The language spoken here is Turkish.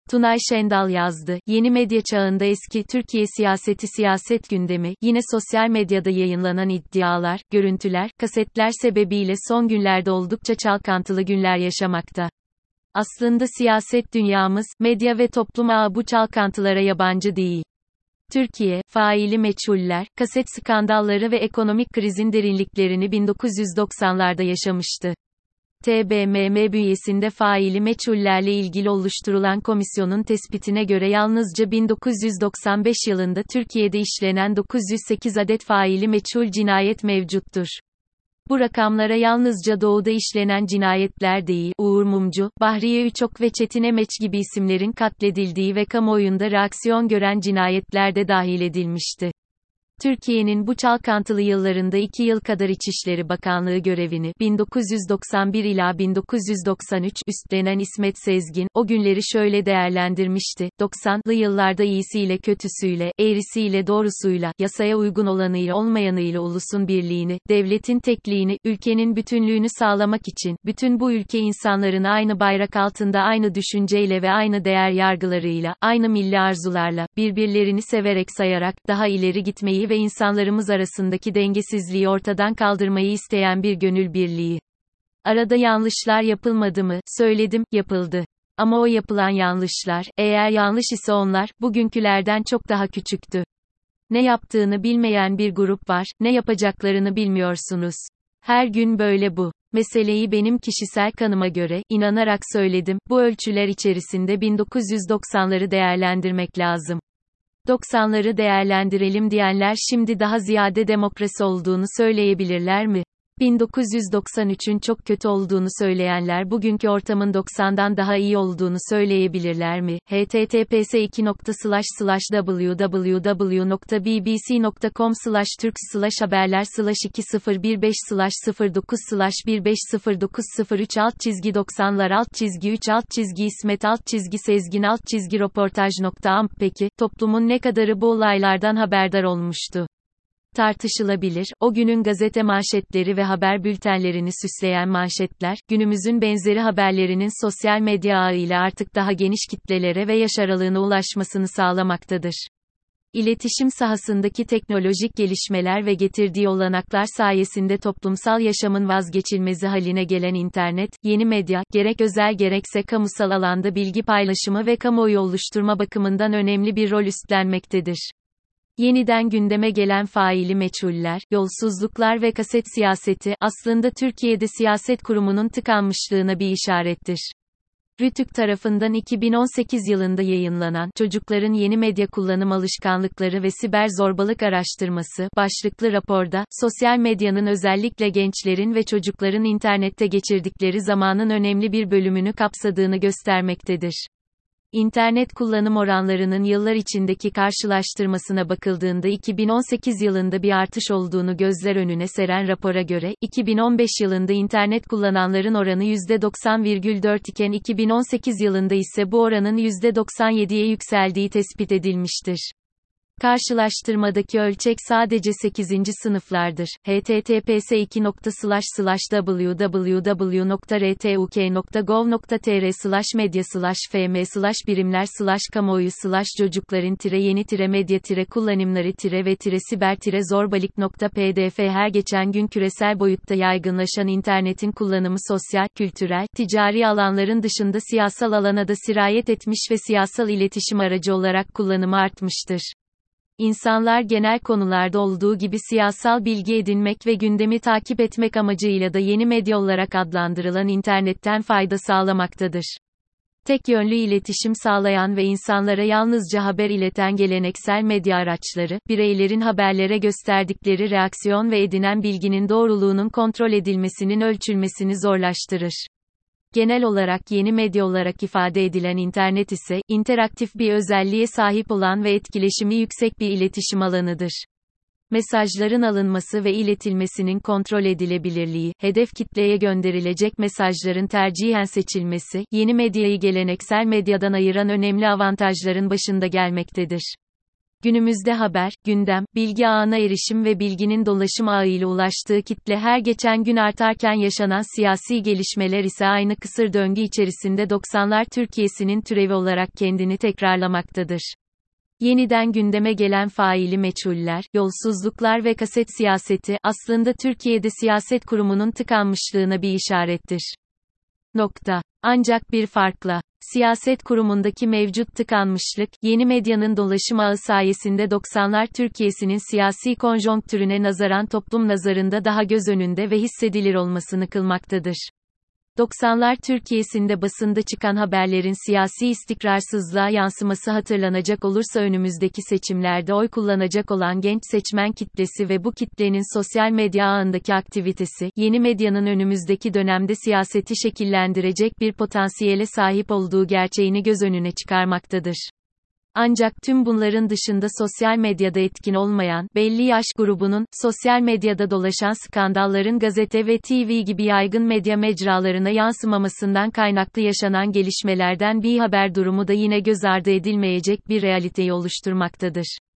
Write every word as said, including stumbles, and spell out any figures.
Tunay Şendal yazdı. Yeni medya çağında eski Türkiye siyaseti siyaset gündemi, yine sosyal medyada yayınlanan iddialar, görüntüler, kasetler sebebiyle son günlerde oldukça çalkantılı günler yaşamakta. Aslında siyaset dünyamız, medya ve toplum ağı bu çalkantılara yabancı değil. Türkiye, faili meçhuller, kaset skandalları ve ekonomik krizin derinliklerini bin dokuz yüz doksanlarda yaşamıştı. T B M M bünyesinde faili meçhullerle ilgili oluşturulan komisyonun tespitine göre yalnızca bin dokuz yüz doksan beş yılında Türkiye'de işlenen dokuz yüz sekiz adet faili meçhul cinayet mevcuttur. Bu rakamlara yalnızca doğuda işlenen cinayetler değil, Uğur Mumcu, Bahriye Üçok ve Çetin Emeç gibi isimlerin katledildiği ve kamuoyunda reaksiyon gören cinayetler de dahil edilmişti. Türkiye'nin bu çalkantılı yıllarında iki yıl kadar İçişleri Bakanlığı görevini, bin dokuz yüz doksan bir ila bin dokuz yüz doksan üç, üstlenen İsmet Sezgin, o günleri şöyle değerlendirmişti: doksanlı yıllarda iyisiyle kötüsüyle, eğrisiyle doğrusuyla, yasaya uygun olanıyla olmayanıyla ulusun birliğini, devletin tekliğini, ülkenin bütünlüğünü sağlamak için, bütün bu ülke insanlarını aynı bayrak altında aynı düşünceyle ve aynı değer yargılarıyla, aynı milli arzularla, birbirlerini severek sayarak, daha ileri gitmeyi ve insanlarımız arasındaki dengesizliği ortadan kaldırmayı isteyen bir gönül birliği. Arada yanlışlar yapılmadı mı? Söyledim, yapıldı. Ama o yapılan yanlışlar, eğer yanlış ise onlar, bugünkülerden çok daha küçüktü. Ne yaptığını bilmeyen bir grup var, ne yapacaklarını bilmiyorsunuz. Her gün böyle bu. Meseleyi benim kişisel kanıma göre, inanarak söyledim, bu ölçüler içerisinde bin dokuz yüz doksanları değerlendirmek lazım. doksanları değerlendirelim diyenler şimdi daha ziyade demokrasi olduğunu söyleyebilirler mi? bin dokuz yüz doksan üçün çok kötü olduğunu söyleyenler bugünkü ortamın doksandan daha iyi olduğunu söyleyebilirler mi? h t t p s iki nokta slash slash w w w nokta b b c nokta com slash türk slash haberler slash iki sıfır bir beş slash sıfır dokuz slash bir beş sıfır dokuz sıfır üç alt çizgi doksanlar alt çizgi üç alt çizgi İsmet alt çizgi Sezgin alt çizgi röportaj nokta am. Peki, toplumun ne kadarı bu olaylardan haberdar olmuştu? Tartışılabilir. O günün gazete manşetleri ve haber bültenlerini süsleyen manşetler, günümüzün benzeri haberlerinin sosyal medya ağıyla artık daha geniş kitlelere ve yaş aralığına ulaşmasını sağlamaktadır. İletişim sahasındaki teknolojik gelişmeler ve getirdiği olanaklar sayesinde toplumsal yaşamın vazgeçilmezi haline gelen internet, yeni medya, gerek özel gerekse kamusal alanda bilgi paylaşımı ve kamuoyu oluşturma bakımından önemli bir rol üstlenmektedir. Yeniden gündeme gelen faili meçhuller, yolsuzluklar ve kaset siyaseti, aslında Türkiye'de siyaset kurumunun tıkanmışlığına bir işarettir. Rütük tarafından iki bin on sekiz yılında yayınlanan, Çocukların Yeni Medya Kullanım Alışkanlıkları ve Siber Zorbalık Araştırması, başlıklı raporda, sosyal medyanın özellikle gençlerin ve çocukların internette geçirdikleri zamanın önemli bir bölümünü kapsadığını göstermektedir. İnternet kullanım oranlarının yıllar içindeki karşılaştırmasına bakıldığında iki bin on sekiz yılında bir artış olduğunu gözler önüne seren rapora göre, iki bin on beş yılında internet kullananların oranı yüzde doksan virgül dört iken iki bin on sekiz yılında ise bu oranın yüzde doksan yediye yükseldiği tespit edilmiştir. Karşılaştırmadaki ölçek sadece sekizinci sınıflardır. h t t p s iki nokta slash slash w w w nokta r t u k nokta gov nokta t r slash medya slash f m slash birimler slash kamuoyu slash çocukların tire yeni tire medya tire kullanımları tire ve tire siber tire zorbalik nokta p d f. Her geçen gün küresel boyutta yaygınlaşan internetin kullanımı sosyal, kültürel, ticari alanların dışında siyasal alana da sirayet etmiş ve siyasal iletişim aracı olarak kullanımı artmıştır. İnsanlar genel konularda olduğu gibi siyasal bilgi edinmek ve gündemi takip etmek amacıyla da yeni medya olarak adlandırılan internetten fayda sağlamaktadır. Tek yönlü iletişim sağlayan ve insanlara yalnızca haber ileten geleneksel medya araçları, bireylerin haberlere gösterdikleri reaksiyon ve edinen bilginin doğruluğunun kontrol edilmesinin ölçülmesini zorlaştırır. Genel olarak yeni medya olarak ifade edilen internet ise, interaktif bir özelliğe sahip olan ve etkileşimi yüksek bir iletişim alanıdır. Mesajların alınması ve iletilmesinin kontrol edilebilirliği, hedef kitleye gönderilecek mesajların tercihen seçilmesi, yeni medyayı geleneksel medyadan ayıran önemli avantajların başında gelmektedir. Günümüzde haber, gündem, bilgi ağına erişim ve bilginin dolaşım ağıyla ulaştığı kitle her geçen gün artarken yaşanan siyasi gelişmeler ise aynı kısır döngü içerisinde doksanlar Türkiye'sinin türevi olarak kendini tekrarlamaktadır. Yeniden gündeme gelen faili meçhuller, yolsuzluklar ve kaset siyaseti, aslında Türkiye'de siyaset kurumunun tıkanmışlığına bir işarettir. Nokta. Ancak bir farkla. Siyaset kurumundaki mevcut tıkanmışlık, yeni medyanın dolaşım ağı sayesinde doksanlar Türkiye'sinin siyasi konjonktürüne nazaran toplum nazarında daha göz önünde ve hissedilir olmasını kılmaktadır. doksanlar Türkiye'sinde basında çıkan haberlerin siyasi istikrarsızlığa yansıması hatırlanacak olursa önümüzdeki seçimlerde oy kullanacak olan genç seçmen kitlesi ve bu kitlenin sosyal medya ağındaki aktivitesi, yeni medyanın önümüzdeki dönemde siyaseti şekillendirecek bir potansiyele sahip olduğu gerçeğini göz önüne çıkarmaktadır. Ancak tüm bunların dışında sosyal medyada etkin olmayan, belli yaş grubunun, sosyal medyada dolaşan skandalların gazete ve T V gibi yaygın medya mecralarına yansımamasından kaynaklı yaşanan gelişmelerden bir haber durumu da yine göz ardı edilmeyecek bir realiteyi oluşturmaktadır.